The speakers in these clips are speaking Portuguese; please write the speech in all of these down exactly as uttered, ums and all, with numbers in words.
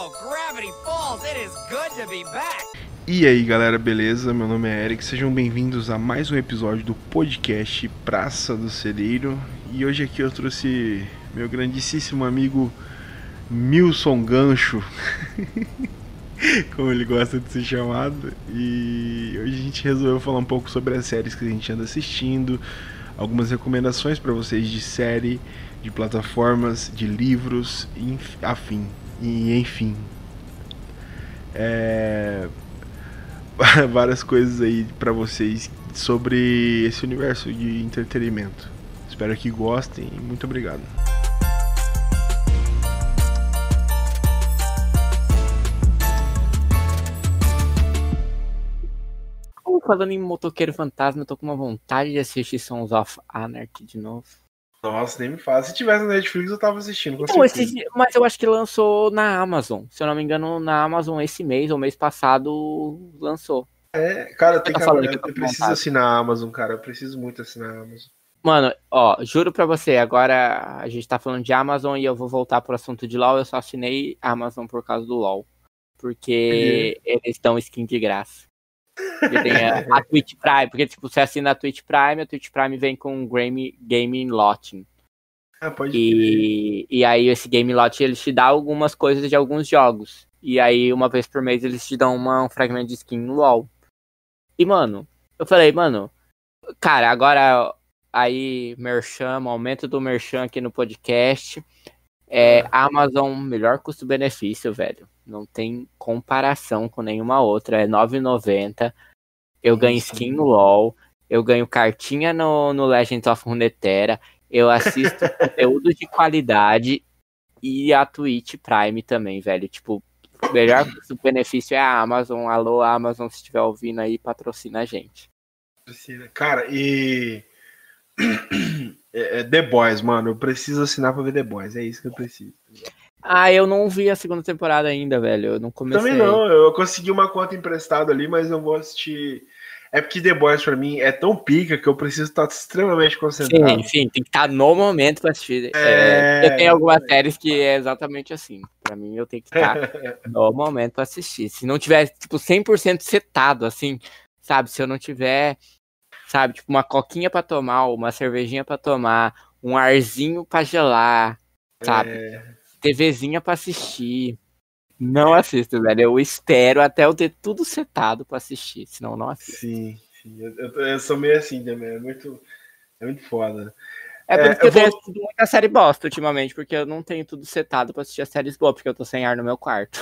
Oh, Gravity Falls, it is good to be back. E aí galera, beleza? Meu nome é Eric, sejam bem-vindos a mais um episódio do podcast Praça do Celeiro. E hoje aqui eu trouxe meu grandíssimo amigo Milson Gancho, como ele gosta de ser chamado. E hoje a gente resolveu falar um pouco sobre as séries que a gente anda assistindo, algumas recomendações para vocês de série, de plataformas, de livros, afim, e enfim. É... várias coisas aí pra vocês sobre esse universo de entretenimento. Espero que gostem e muito obrigado. Falando em Motoqueiro Fantasma, eu tô com uma vontade de assistir Sons of Anarchy de novo. Nossa, nem me fala. Se tivesse na Netflix eu tava assistindo. Com então, esse, mas eu acho que lançou na Amazon. Se eu não me engano, na Amazon esse mês ou mês passado lançou. É, cara, eu, tenho tá que, eu, que eu preciso assinar a Amazon, cara. Eu preciso muito assinar a Amazon. Mano, ó, juro pra você, agora a gente tá falando de Amazon e eu vou voltar pro assunto de LoL. Eu só assinei Amazon por causa do LoL. Porque uhum. eles dão skin de graça. Porque tem a, a Twitch Prime, porque tipo, você assina a Twitch Prime, a Twitch Prime vem com Game, Game Lotting. Ah, pode e, e aí esse Game Lot eles te dão algumas coisas de alguns jogos. E aí uma vez por mês eles te dão uma, um fragmento de skin no LoL. E mano, eu falei, mano, cara, agora aí Merchan, aumento do Merchan aqui no podcast. É, Amazon, melhor custo-benefício, velho. Não tem comparação com nenhuma outra. É nove reais e noventa centavos. Eu ganho skin no LoL. Eu ganho cartinha no, no Legends of Runeterra. Eu assisto conteúdo de qualidade e a Twitch Prime também, velho. Tipo, o melhor benefício é a Amazon. Alô, Amazon, se estiver ouvindo aí, patrocina a gente. Cara, e... The Boys, mano. Eu preciso assinar pra ver The Boys. É isso que eu preciso. Ah, eu não vi a segunda temporada ainda, velho. Eu não comecei. Também não. Eu consegui uma conta emprestada ali, mas não vou assistir... É porque The Boys pra mim é tão pica que eu preciso estar extremamente concentrado. Sim, sim, tem que estar no momento pra assistir. É... É, eu tenho algumas séries que é exatamente assim. Pra mim, eu tenho que estar no momento pra assistir. Se não tiver, tipo, cem por cento setado, assim, sabe? Se eu não tiver, sabe, tipo, uma coquinha pra tomar, uma cervejinha pra tomar, um arzinho pra gelar, sabe? É... TVzinha pra assistir. Não assisto, velho. Eu espero até eu ter tudo setado pra assistir, senão eu não assisto. Sim, sim. Eu, eu, eu sou meio assim também. É muito, é muito foda. É por isso é, que eu, eu tenho vou... assistido muita série bosta ultimamente, porque eu não tenho tudo setado pra assistir as séries boas, porque eu tô sem ar no meu quarto.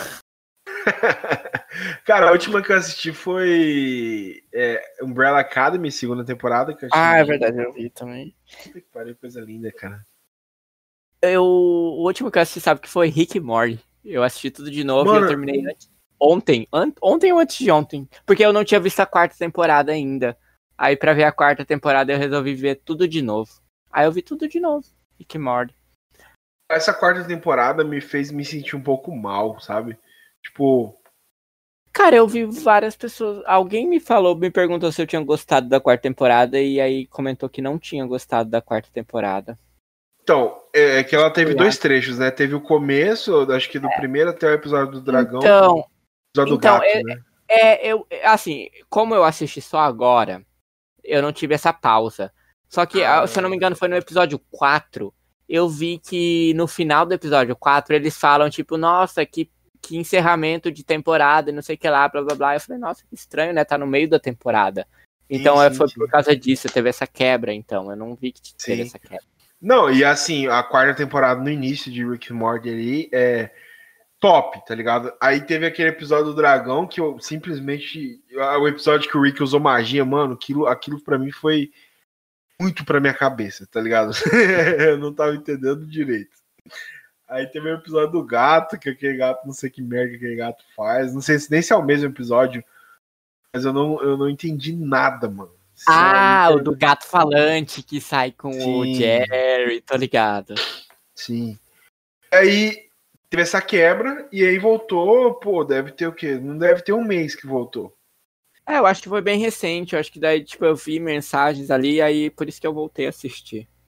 Cara, a última que eu assisti foi é, Umbrella Academy, segunda temporada. Que eu ah, é verdade, eu vi também. Que pariu, coisa linda, cara. Eu, o último que eu assisti, sabe, que foi Rick e Morty. Eu assisti tudo de novo. Mano, e eu terminei antes, ontem. An- ontem ou antes de ontem. Porque eu não tinha visto a quarta temporada ainda. Aí pra ver a quarta temporada eu resolvi ver tudo de novo. Aí eu vi tudo de novo. Rick e Morty. Essa quarta temporada me fez me sentir um pouco mal, sabe? Tipo... Cara, eu vi várias pessoas... Alguém me falou, me perguntou se eu tinha gostado da quarta temporada. E aí comentou que não tinha gostado da quarta temporada. Então, é que ela teve dois trechos, né? Teve o começo, acho que do é. primeiro até o episódio do dragão. Então, o episódio então do gato, é, né? É, eu, assim, como eu assisti só agora, eu não tive essa pausa. Só que, ah. se eu não me engano, foi no episódio quatro, eu vi que no final do episódio quatro, eles falam, tipo, nossa, que, que encerramento de temporada e não sei o que lá, blá, blá, blá. Eu falei, nossa, que estranho, né? Tá no meio da temporada. Então, sim, sim, foi sim. por causa disso, teve essa quebra, então. Eu não vi que teve sim. essa quebra. Não, e assim, a quarta temporada no início de Rick and Morty ali é top, tá ligado? Aí teve aquele episódio do dragão que eu simplesmente... O episódio que o Rick usou magia, mano, aquilo, aquilo pra mim foi muito pra minha cabeça, tá ligado? Eu não tava entendendo direito. Aí teve o episódio do gato, que aquele gato, não sei que merda que aquele gato faz. Não sei se nem se é o mesmo episódio, mas eu não, eu não entendi nada, mano. Ah, aí, o do gato falante que sai com sim. o Jerry, tô ligado. Sim. Aí teve essa quebra e aí voltou, pô, deve ter o quê? Não deve ter um mês que voltou. É, eu acho que foi bem recente, eu acho que daí, tipo, eu vi mensagens ali, aí por isso que eu voltei a assistir.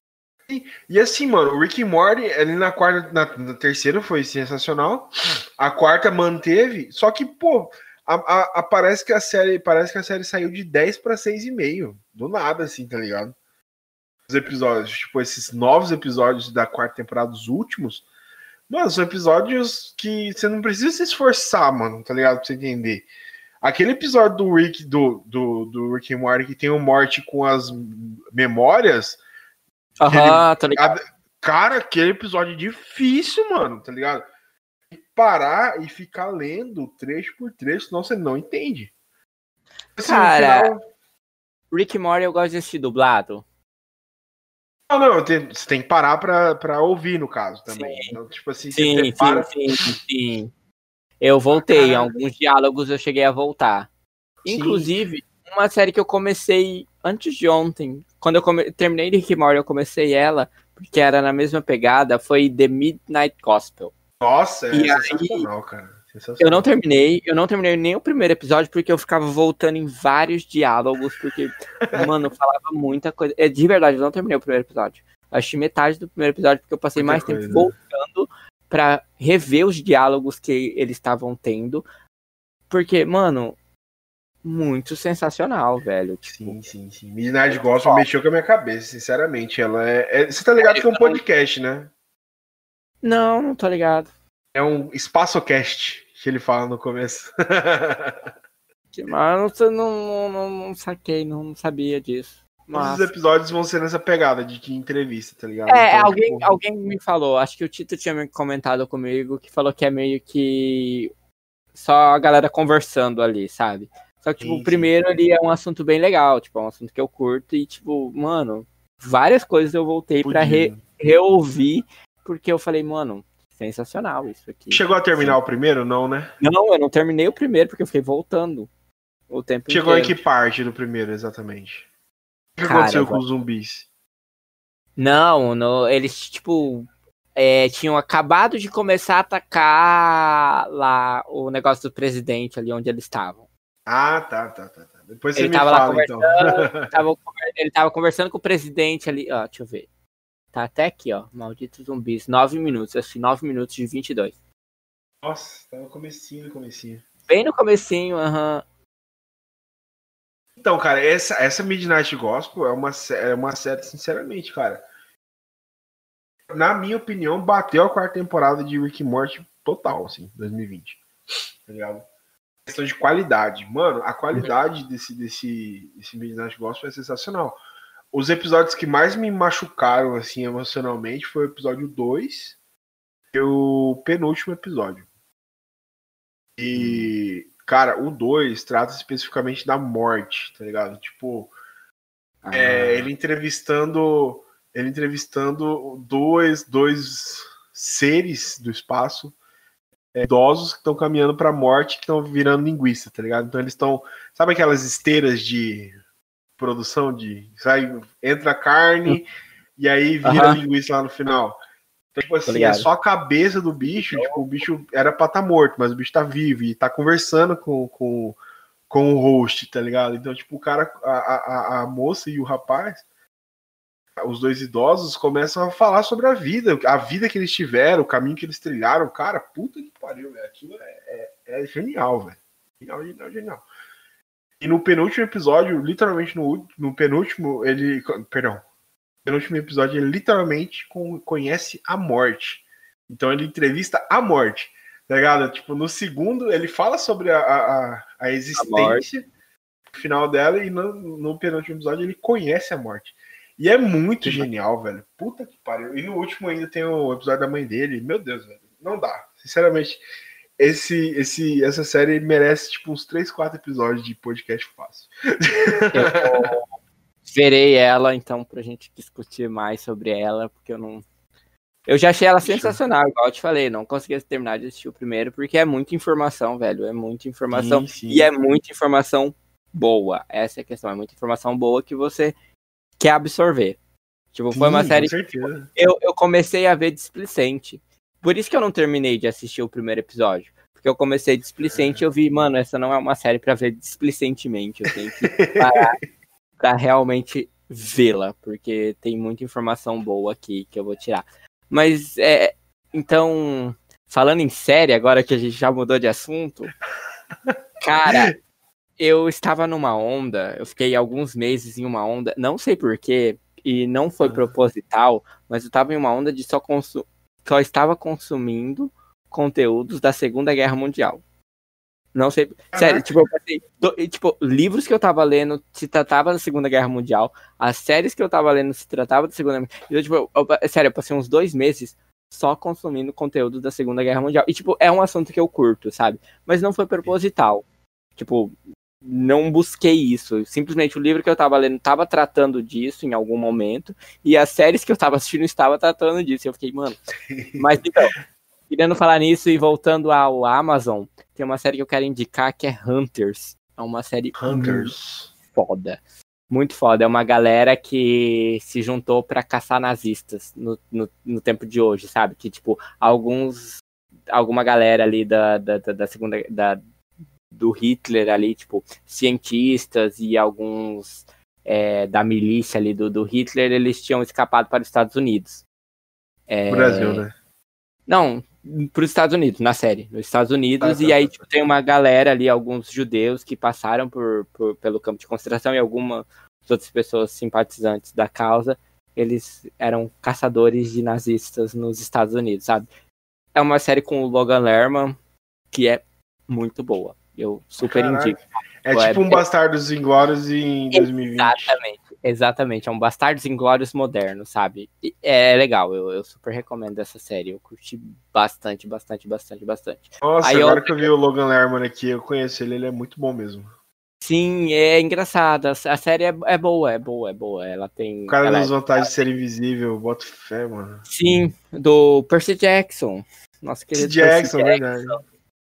E assim, mano, o Rick and Morty, ali na quarta, na, na terceira foi sensacional. A quarta manteve, só que, pô, a, a, a, parece que a série, parece que a série saiu de dez para seis e meio. Do nada, assim, tá ligado? Os episódios, tipo, esses novos episódios da quarta temporada, os últimos, mano, são episódios que você não precisa se esforçar, mano, tá ligado? Pra você entender. Aquele episódio do Rick, do, do, do Rick and Morty que tem o Morty com as memórias. Aham, tá ligado? Cara, aquele episódio é difícil, mano, tá ligado? Parar e ficar lendo trecho por trecho, senão você não entende. Assim, cara, final... Rick and Morty eu gosto de assistir dublado. Não, não, tenho, você tem que parar pra, pra ouvir, no caso, também. Então, tipo assim, sim, você sim, para... sim, sim. Eu voltei, ah, alguns diálogos eu cheguei a voltar. Sim. Inclusive, uma série que eu comecei antes de ontem, quando eu come... terminei de Rick and Morty, eu comecei ela, porque era na mesma pegada, foi The Midnight Gospel. Nossa, é e sensacional, aí, cara. Sensacional. Eu não terminei, eu não terminei nem o primeiro episódio, porque eu ficava voltando em vários diálogos, porque, mano, eu falava muita coisa. É, de verdade, eu não terminei o primeiro episódio. Eu achei metade do primeiro episódio, porque eu passei muita mais coisa, tempo voltando pra rever os diálogos que eles estavam tendo. Porque, mano, muito sensacional, velho. Tipo, sim, sim, sim. Midnight Gospel mexeu com a minha cabeça, sinceramente. Ela é, é... Você tá ligado que é um podcast, né? Não, não tô ligado. É um espaçocast que ele fala no começo. Mas eu não, não, não saquei, não sabia disso. Todos Mas... os episódios vão ser nessa pegada de que entrevista, tá ligado? É, então, alguém, tipo... alguém me falou, acho que o Tito tinha me comentado comigo, que falou que é meio que só a galera conversando ali, sabe? Só que, tipo, sim, o primeiro sim. ali é um assunto bem legal, tipo, é um assunto que eu curto e, tipo, mano, várias coisas eu voltei Pudim. pra re, reouvir, porque eu falei, mano, sensacional isso aqui. Chegou a terminar sim. o primeiro, não, né? Não, eu não terminei o primeiro, porque eu fiquei voltando o tempo Chegou inteiro. em que parte do primeiro, exatamente? O que Cara, aconteceu vai... com os zumbis? Não, no, eles, tipo, é, tinham acabado de começar a atacar lá o negócio do presidente ali onde eles estavam. Ah, tá, tá, tá. tá. Depois você ele me tava fala, lá então. tava, ele tava conversando com o presidente ali, ó, deixa eu ver. Tá até aqui, ó, malditos zumbis, nove minutos, assim, nove minutos de vinte e dois. Nossa, tá no comecinho, no comecinho. Bem no comecinho, aham. Uhum. Então, cara, essa, essa Midnight Gospel é uma, é uma série, sinceramente, cara. Na minha opinião, bateu a quarta temporada de Rick and Morty total, assim, dois mil e vinte. Tá ligado? Questão de qualidade. Mano, a qualidade desse, desse, desse Midnight Gospel é sensacional. Os episódios que mais me machucaram, assim, emocionalmente foi o episódio dois e o penúltimo episódio. E... Cara, o dois trata especificamente da morte, tá ligado? Tipo, ah. é, ele entrevistando ele entrevistando dois, dois seres do espaço, é, idosos que estão caminhando pra morte, que estão virando linguiça, tá ligado? Então eles estão, sabe aquelas esteiras de produção de, sai, entra carne e aí vira uh-huh. linguiça lá no final. Então, tipo assim, é só a cabeça do bicho, tipo, o bicho era pra estar tá morto, mas o bicho tá vivo e tá conversando com, com, com o host, tá ligado? Então, tipo, o cara, a, a, a moça e o rapaz, os dois idosos, começam a falar sobre a vida, a vida que eles tiveram, o caminho que eles trilharam. Cara, puta que pariu, velho. Aquilo é, é, é genial, velho. Genial, genial, genial. E no penúltimo episódio, literalmente no, no penúltimo, ele... Perdão. No penúltimo episódio, ele literalmente conhece a morte. Então ele entrevista a morte, tá ligado? Tipo, no segundo, ele fala sobre a, a, a existência, o final dela, e no, no penúltimo episódio ele conhece a morte. E é muito Sim. genial, velho. Puta que pariu. E no último ainda tem o episódio da mãe dele. Meu Deus, velho. Não dá. Sinceramente, esse, esse, essa série merece tipo uns três, quatro episódios de podcast fácil. Eu verei ela, então, pra gente discutir mais sobre ela, porque eu não... Eu já achei ela sensacional, igual eu te falei. Não consegui terminar de assistir o primeiro, porque é muita informação, velho. É muita informação. Sim, sim. E é muita informação boa. Essa é a questão. É muita informação boa que você quer absorver. Tipo, foi Sim, uma série que tipo, eu, eu comecei a ver displicente. Por isso que eu não terminei de assistir o primeiro episódio. Porque eu comecei displicente e eu vi, mano, essa não é uma série pra ver displicentemente. Eu tenho que parar pra realmente vê-la, porque tem muita informação boa aqui que eu vou tirar. Mas, é, então, falando em série, agora que a gente já mudou de assunto, cara, eu estava numa onda, eu fiquei alguns meses em uma onda, não sei porquê, e não foi proposital, mas eu estava em uma onda de só, consu- só estava consumindo conteúdos da Segunda Guerra Mundial. Não sei, sério, tipo, eu passei, do- e, tipo, livros que eu tava lendo se tratava da Segunda Guerra Mundial, as séries que eu tava lendo se tratava da Segunda Guerra Mundial, então, tipo, eu, eu- sério, eu passei uns dois meses só consumindo conteúdo da Segunda Guerra Mundial, e, tipo, é um assunto que eu curto, sabe, mas não foi proposital, tipo, não busquei isso, simplesmente o livro que eu tava lendo tava tratando disso em algum momento, e as séries que eu tava assistindo estavam tratando disso, e eu fiquei, mano, mas então... Querendo falar nisso e voltando ao Amazon, tem uma série que eu quero indicar que é Hunters. É uma série Hunters. muito foda. Muito foda. É uma galera que se juntou pra caçar nazistas no, no, no tempo de hoje, sabe? Que, tipo, alguns... Alguma galera ali da, da, da, da segunda... Da, do Hitler ali, tipo, cientistas e alguns é, da milícia ali do, do Hitler, eles tinham escapado para os Estados Unidos. É... Brasil, né? Não, para os Estados Unidos, na série. Nos Estados Unidos, Ah, tá, e aí tá, tipo, tem uma galera ali, alguns judeus que passaram por, por- pelo campo de concentração e algumas outras pessoas simpatizantes da causa, eles eram caçadores de nazistas nos Estados Unidos, sabe? É uma série com o Logan Lerman, que é muito boa. Eu super Caraca. indico. É É- tipo um Bastardos Inglórios em dois mil e vinte. Exatamente, exatamente. É um Bastardos Inglórios moderno, sabe? E é legal, eu, eu super recomendo essa série. Eu curti bastante, bastante, bastante, bastante. Nossa, Aí agora outra que eu vi o Logan Lerman aqui, eu conheço ele, ele é muito bom mesmo. Sim, é engraçada. A série é, é boa, é boa, é boa. Ela tem. O cara ela das é- vantagens de ser invisível, boto fé, mano. Sim, do Percy Jackson. Nosso Percy querido Jackson, Percy Jackson. verdade.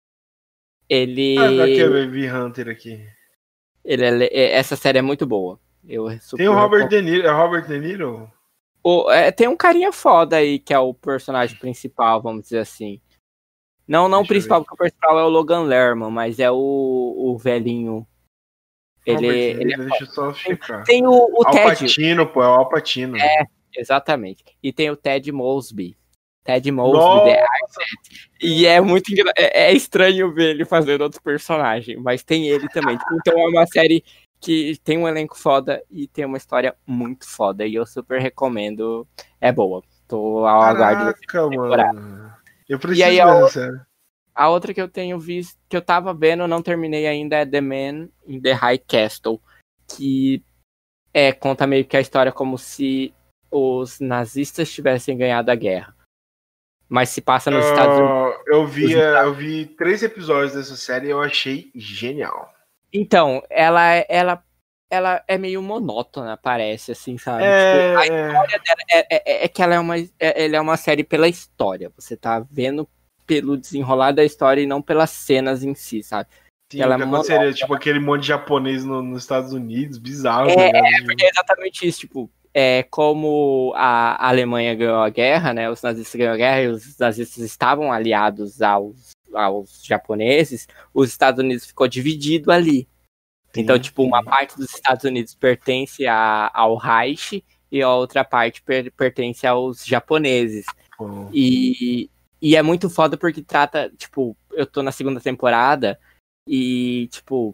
Ele. Ah, aqui eu vi Hunter aqui. ele é- é- essa série é muito boa. Eu super Tem o Robert recomendo. De Niro, é Robert De Niro? O- é, tem um carinha foda aí, que é o personagem principal, vamos dizer assim. Não, não o Deixa eu principal, ver. porque o principal é o Logan Lerman, mas é o, o velhinho. Ele, Robert De ele Niro, deixa eu só checar. tem o, o Al Ted. Pacino, pô, é o Al Pacino. É, exatamente. E tem o Ted Mosby. Ted Mosby, Nossa, The E é muito engra... é, é estranho ver ele fazendo outro personagem, mas tem ele também. Então é uma série que tem um elenco foda e tem uma história muito foda. E eu super recomendo. É boa. Tô ao aguardo da caraca, temporada. mano. Eu preciso aí, ver a essa série. A outra que eu tenho visto, que eu tava vendo, não terminei ainda, é The Man in the High Castle. Que é, conta meio que a história como se os nazistas tivessem ganhado a guerra. Mas se passa nos Estados Unidos. Ah, eu vi, eu vi três episódios dessa série e eu achei genial. Então, ela, ela, ela é meio monótona, parece, assim, sabe? É, Tipo, a é. história dela é, é, é que ela é, uma, é, ela é uma série pela história. Você tá vendo pelo desenrolar da história e não pelas cenas em si, sabe? Sim, ela o que é aconteceria? Tipo aquele monte de japonês no- nos Estados Unidos, bizarro. É, tá ligado? é, porque é exatamente isso, tipo, é como a Alemanha ganhou a guerra, né? Os nazistas ganharam a guerra e os nazistas estavam aliados aos, aos japoneses, os Estados Unidos ficou dividido ali. Sim, Então, tipo, uma sim. parte dos Estados Unidos pertence a, ao Reich e a outra parte per- pertence aos japoneses. Pô. E, e é muito foda porque trata, tipo, eu tô na segunda temporada e, tipo,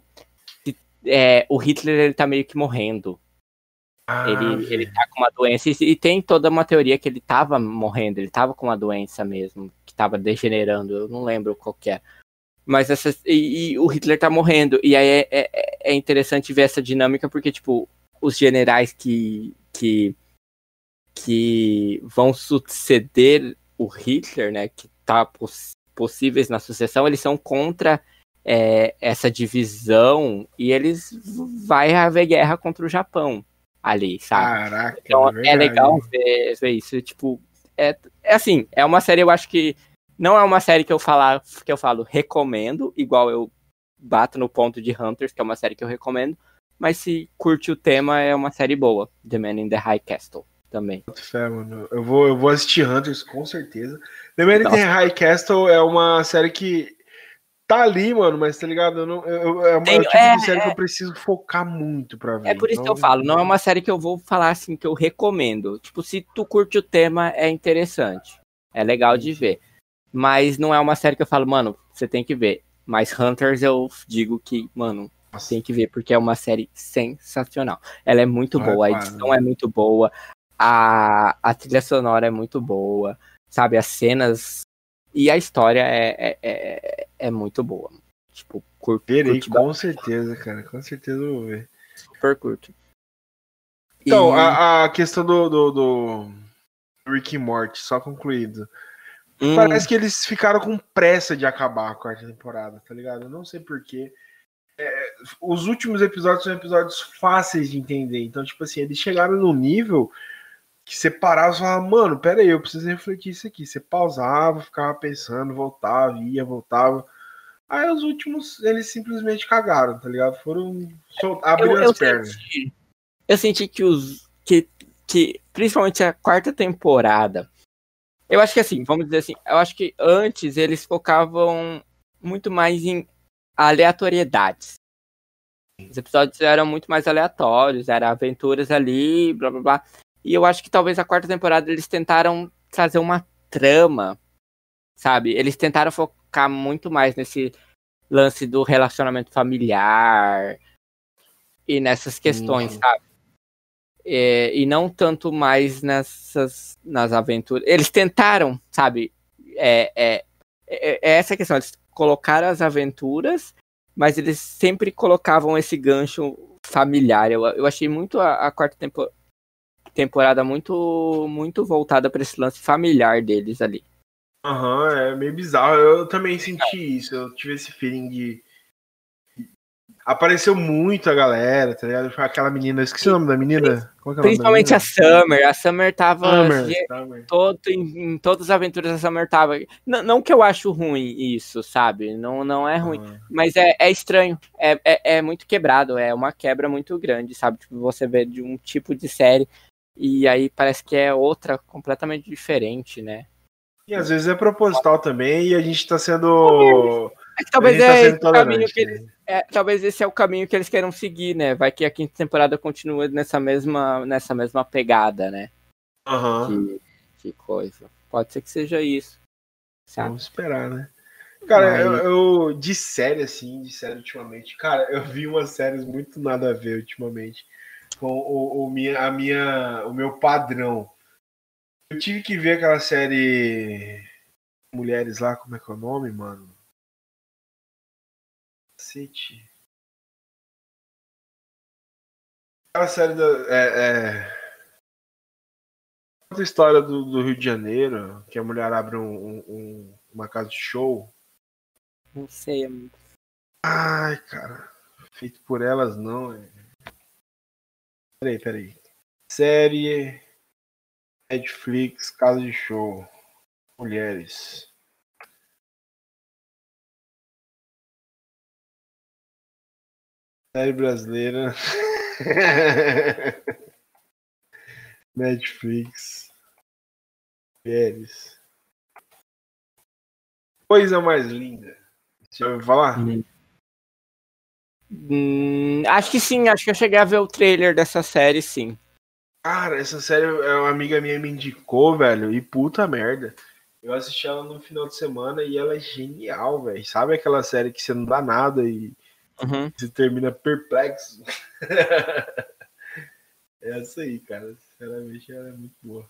é, o Hitler, ele tá meio que morrendo. Ah, Ele, velho. ele tá com uma doença, e, e tem toda uma teoria que ele tava morrendo, ele tava com uma doença mesmo, que tava degenerando, eu não lembro qual que é. Mas essa, e, e o Hitler tá morrendo, e aí é, é, é interessante ver essa dinâmica, porque, tipo, os generais que, que, que vão suceder o Hitler, né, que tá poss, possíveis na sucessão, eles são contra é, essa divisão, e eles vai haver guerra contra o Japão ali, sabe? Caraca, Então é é verdade. legal ver, ver isso. Tipo, é, é assim, é uma série, eu acho que não é uma série que eu falar, que eu falo recomendo, igual eu bato no ponto de Hunters, que é uma série que eu recomendo, mas se curte o tema, é uma série boa. The Man in the High Castle também. Boto fé, mano. Eu vou, eu vou assistir Hunters com certeza. The Man in Nossa. the High Castle é uma série que tá ali, mano, mas tá ligado? Eu não, eu, eu- é, uma- é o Tem- tipo é, de série que eu preciso focar muito pra ver. É por isso que eu Então, falo, não é uma série que eu vou falar assim que eu recomendo. Tipo, se tu curte o tema, é interessante. É legal de ver. Mas não é uma série que eu falo, mano, você tem que ver. Mas Hunters eu digo que, mano, nossa, tem que ver, porque é uma série sensacional. Ela é muito vai boa, a para, edição né? é muito boa, a, a trilha sonora é muito boa, sabe? As cenas e a história é, é, é, é muito boa. Tipo, cur, Verei, curti ba- com certeza, cara. Com certeza eu vou ver. super curto. Então, E. a, a questão do, do, do Rick e Morty, só concluído. Hum, Parece que eles ficaram com pressa de acabar a quarta temporada, tá ligado? Eu não sei porquê. É, os últimos episódios são episódios fáceis de entender. Então, tipo assim, eles chegaram num nível que você parava e falava, mano, pera aí, eu preciso refletir isso aqui. Você pausava, ficava pensando, voltava, ia, voltava. Aí os últimos, eles simplesmente cagaram, tá ligado? Foram. Sol... eu, abriram as eu pernas. senti. Eu senti que os. Que, que principalmente a quarta temporada. Eu acho que assim, vamos dizer assim, eu acho que antes eles focavam muito mais em aleatoriedades. Os episódios eram muito mais aleatórios, eram aventuras ali, blá blá blá. E eu acho que talvez a quarta temporada eles tentaram trazer uma trama, sabe? Eles tentaram focar muito mais nesse lance do relacionamento familiar e nessas questões, Uhum. sabe? É, e não tanto mais nessas nas aventuras. Eles tentaram, sabe? É, é, é, é essa questão. Eles colocaram as aventuras, mas eles sempre colocavam esse gancho familiar. Eu, eu achei muito a, a quarta tempo, temporada muito muito voltada para esse lance familiar deles ali. Aham, é meio bizarro. Eu também senti isso. Eu tive esse feeling de. Apareceu muito a galera, tá ligado? Aquela menina, eu esqueci o E, nome da menina. Qual que é o nome da principalmente a menina? Summer. A Summer tava Summer. Summer. todo, em, em todas as aventuras a Summer tava. Não, não que eu acho ruim isso, sabe? Não, não é ruim. Aham. Mas é, é estranho. É, é, é muito quebrado. É uma quebra muito grande, sabe? Tipo, você vê de um tipo de série e aí parece que é outra completamente diferente, né? E às vezes é proposital também e a gente tá sendo. É que A talvez gente tá é sendo esse o caminho que tolerante, eles. né? É, talvez esse é o caminho que eles queiram seguir, né? Vai que a quinta temporada continua nessa mesma, nessa mesma pegada, né? Aham. De, de coisa. Pode ser que seja isso, sabe? Vamos esperar, né? Cara, eu, Mas. eu de série, assim, de série ultimamente. Cara, eu vi umas séries muito nada a ver ultimamente. Com o, o, minha, a minha, o meu padrão. Eu tive que ver aquela série Mulheres lá, como é que é o nome, mano? Cacete. Aquela série da. É, é... Conta a história do, do Rio de Janeiro, que a mulher abre um, um- um- uma casa de show. Não sei, amigo. Ai, cara. Feito por elas, não. É... Peraí, peraí. Série Netflix, casa de show. Mulheres. Série brasileira. Netflix. Mulheres. Coisa mais linda. Você já ouviu falar? Hum. Hum, acho que sim, acho que eu cheguei a ver o trailer dessa série, sim. Cara, essa série é uma amiga minha me indicou, velho, e puta merda. Eu assisti ela no final de semana e ela é genial, velho. Sabe aquela série que você não dá nada e Uhum. você termina perplexo? É essa aí, cara. Sinceramente, ela é muito boa.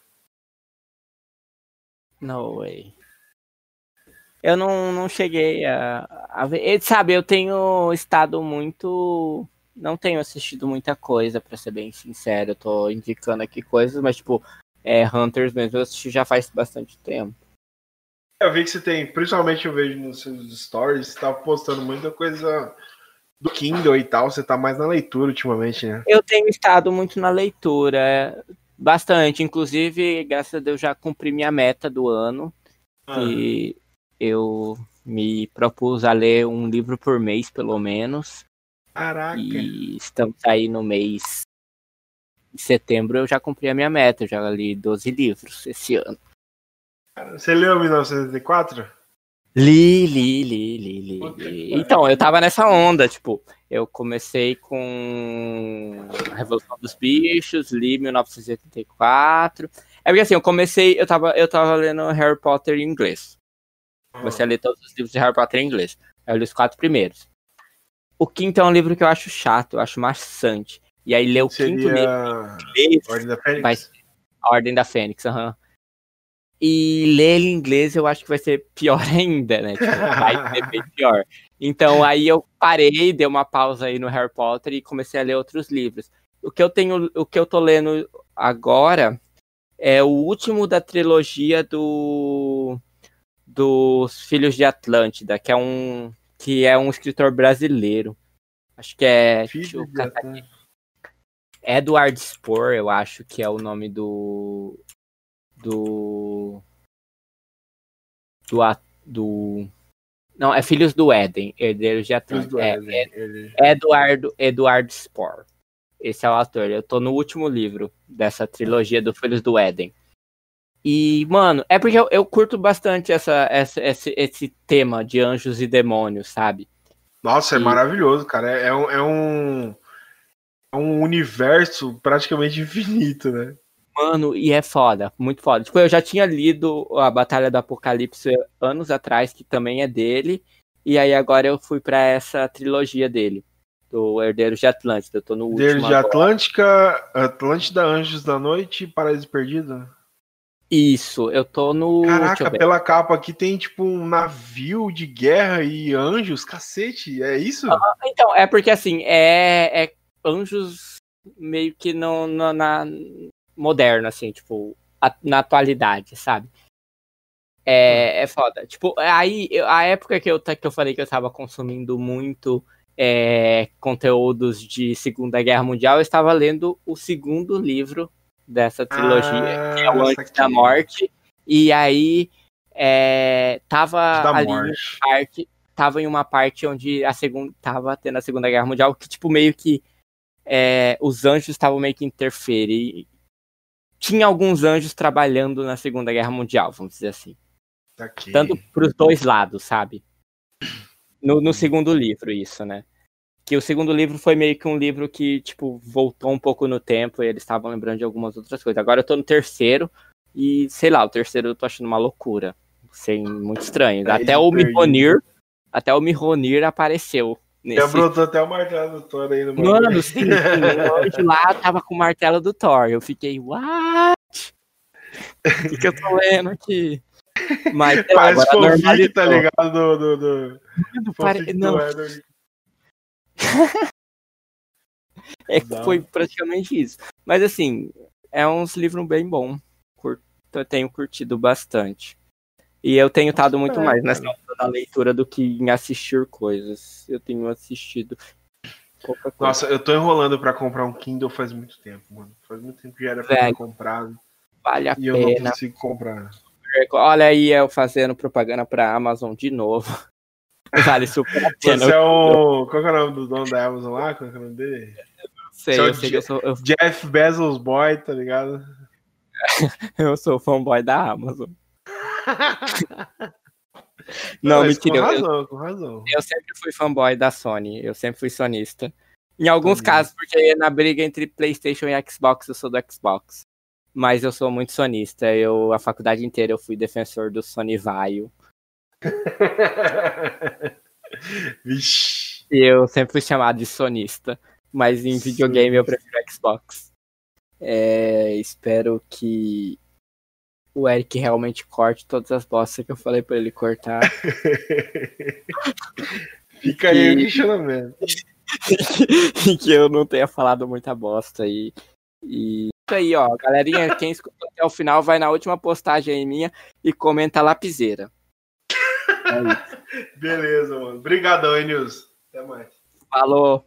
No way. Eu não, não cheguei a, a ver. E, sabe, eu tenho estado muito. Não tenho assistido muita coisa, pra ser bem sincero. Eu tô indicando aqui coisas, mas, tipo, é, Hunters mesmo eu assisti já faz bastante tempo. Eu vi que você tem, principalmente eu vejo nos seus stories, você tá postando muita coisa do Kindle e tal. Você tá mais na leitura ultimamente, né? Eu tenho estado muito na leitura, é, bastante. Inclusive, graças a Deus, já cumpri minha meta do ano. Ah, Que eu me propus a ler um livro por mês, pelo menos. caraca. E estamos aí no mês de setembro, eu já cumpri a minha meta. Eu já li doze livros esse ano. Cara, você leu mil novecentos e setenta e quatro? Li, li, li, li, li, li. Então, eu tava nessa onda, tipo, eu comecei com a Revolução dos Bichos, li mil novecentos e oitenta e quatro. É porque assim, eu comecei, eu tava, eu tava lendo Harry Potter em inglês. Comecei a ler todos os livros de Harry Potter em inglês. Eu li os quatro primeiros. O quinto é um livro que eu acho chato, eu acho maçante. E aí ler o Seria... quinto livro em inglês Ordem da Fênix? vai ser a Ordem da Fênix, aham. Uhum. E ler ele em inglês eu acho que vai ser pior ainda, né? Tipo, vai ser bem pior. Então aí eu parei, dei uma pausa aí no Harry Potter e comecei a ler outros livros. O que eu tenho, o que eu tô lendo agora é o último da trilogia do dos Filhos de Atlântida, que é um que é um escritor brasileiro. Acho que é Filho deixa de Atlântida. Edward Spohr, eu acho que é o nome do do do, do não, é Filhos do Éden, Herdeiros de Atlântida. É, Éden, é ele... Eduardo Eduardo Spohr. Esse é o autor. Eu tô no último livro dessa trilogia do Filhos do Éden. E, mano, é porque eu, eu curto bastante essa, essa, esse, esse tema de anjos e demônios, sabe? Nossa, é e... maravilhoso, cara. É, é, um, é, um, é um universo praticamente infinito, né? Mano, e é foda, muito foda. Tipo, eu já tinha lido a Batalha do Apocalipse anos atrás, que também é dele. E aí agora eu fui pra essa trilogia dele, do Herdeiros de Atlântida. Eu tô no último Herdeiros de agora. Atlântica, Atlântida, Anjos da Noite e Paraíso Perdido? Isso, eu tô no... Caraca, pela capa aqui tem tipo um navio de guerra e anjos, cacete, é isso? Ah, então, é porque assim, é, é anjos meio que no, no, na moderno, assim, tipo, a, na atualidade, sabe? É, hum. é foda. Tipo, aí, eu, a época que eu, que eu falei que eu tava consumindo muito é, conteúdos de Segunda Guerra Mundial, eu estava lendo o segundo livro dessa trilogia, ah, que é o Antes da Morte, e aí é, tava da ali morte. Em parte, tava em uma parte onde a segunda, tava tendo a Segunda Guerra Mundial, que tipo, meio que é, os anjos estavam meio que interferindo. Tinha alguns anjos trabalhando na Segunda Guerra Mundial, vamos dizer assim. Aqui. Tanto pros dois lados, sabe? No, no segundo livro, isso, né? Que o segundo livro foi meio que um livro que, tipo, voltou um pouco no tempo e eles estavam lembrando de algumas outras coisas. Agora eu tô no terceiro e, sei lá, o terceiro eu tô achando uma loucura. Assim, muito estranho. É até o Mihonir, até o Mihonir apareceu. Nesse... Já brotou até o martelo do Thor aí no Mano, Mano sim, sim. O anjo lá tava com o martelo do Thor. Eu fiquei, what? O que, que eu tô lendo aqui? Mas, parece fanfic, tá ligado? Do, do, do... Mano, pare... Não. É que foi praticamente isso. Mas assim, é uns livros bem bons. Eu tenho curtido bastante. E eu tenho estado muito é, mais nessa na leitura do que em assistir coisas. Eu tenho assistido qualquer coisa. Nossa, eu tô enrolando pra comprar um Kindle faz muito tempo, mano. Faz muito tempo que já era pra ter comprado. Vale a e pena. E eu não consigo comprar. Olha aí eu fazendo propaganda pra Amazon de novo. Vale super a pena. Você é o... Qual que é o nome do dono da Amazon lá? Qual que é o nome dele? Sei, Você eu é sei que eu sou... Eu... Jeff Bezos boy, tá ligado? Eu sou fanboy da Amazon. Não, Não mentira. Com razão, eu, com razão. Eu sempre fui fanboy da Sony. Eu sempre fui sonista. Em alguns Sony. Casos, porque na briga entre PlayStation e Xbox, eu sou do Xbox. Mas eu sou muito sonista. Eu, a faculdade inteira eu fui defensor do Sony Vaio. Vixe. E eu sempre fui chamado de sonista. Mas em videogame eu prefiro Xbox. É, espero que o Eric realmente corte todas as bostas que eu falei pra ele cortar. Fica aí o questionamento. E que eu não tenha falado muita bosta aí. E isso aí, ó, galerinha, quem escutou até o final vai na última postagem aí minha e comenta lapiseira. É beleza, mano. Obrigadão, hein, Nilson. Até mais. Falou.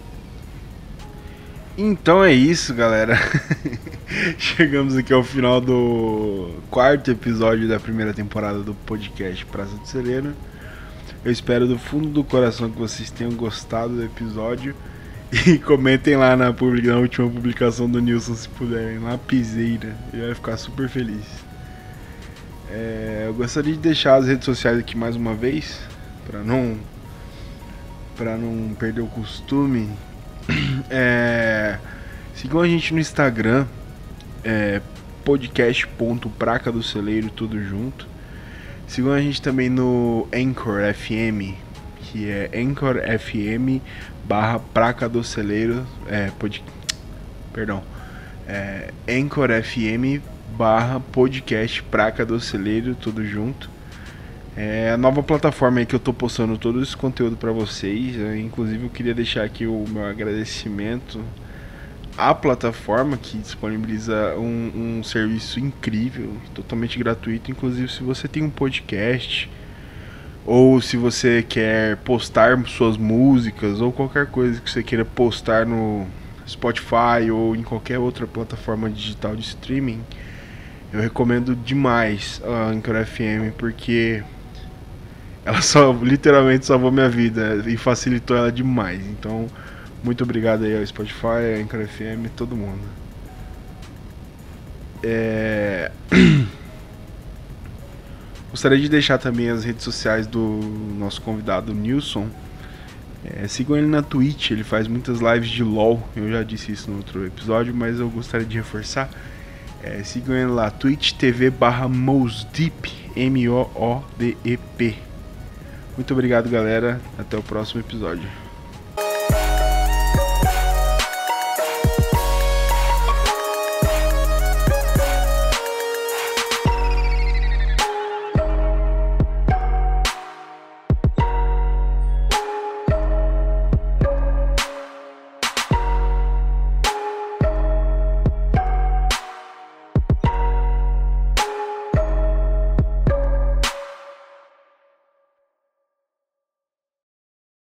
Então é isso, galera. Chegamos aqui ao final do quarto episódio da primeira temporada do podcast Praça do Sereno. Eu espero do fundo do coração que vocês tenham gostado do episódio. E comentem lá na, public... na última publicação do Nilson, se puderem. Lapiseira. Ele vai ficar super feliz. É, eu gostaria de deixar as redes sociais aqui mais uma vez, para não para não perder o costume. É, sigam a gente no Instagram, é, podcast.praca do celeiro, tudo junto. Sigam a gente também no Anchor F M, que é Anchor F M barra Praca do Celeiro, é, pod, perdão, é, Anchor F M barra podcast Praca do Celeiro, tudo junto. É a nova plataforma aí que eu tô postando todo esse conteúdo para vocês. Eu, inclusive eu queria deixar aqui o meu agradecimento à plataforma que disponibiliza um, um serviço incrível, totalmente gratuito. Inclusive, se você tem um podcast ou se você quer postar suas músicas ou qualquer coisa que você queira postar no Spotify ou em qualquer outra plataforma digital de streaming, eu recomendo demais a Anchor F M, porque ela só literalmente salvou minha vida e facilitou ela demais. Então, muito obrigado aí ao Spotify, a Anchor F M, todo mundo. É... Gostaria de deixar também as redes sociais do nosso convidado Nilson. É, sigam ele na Twitch, ele faz muitas lives de LOL. Eu já disse isso no outro episódio, mas eu gostaria de reforçar. É, sigam ele lá, twitch T V barra Moosdeep, M O O D E P. Muito obrigado, galera. Até o próximo episódio.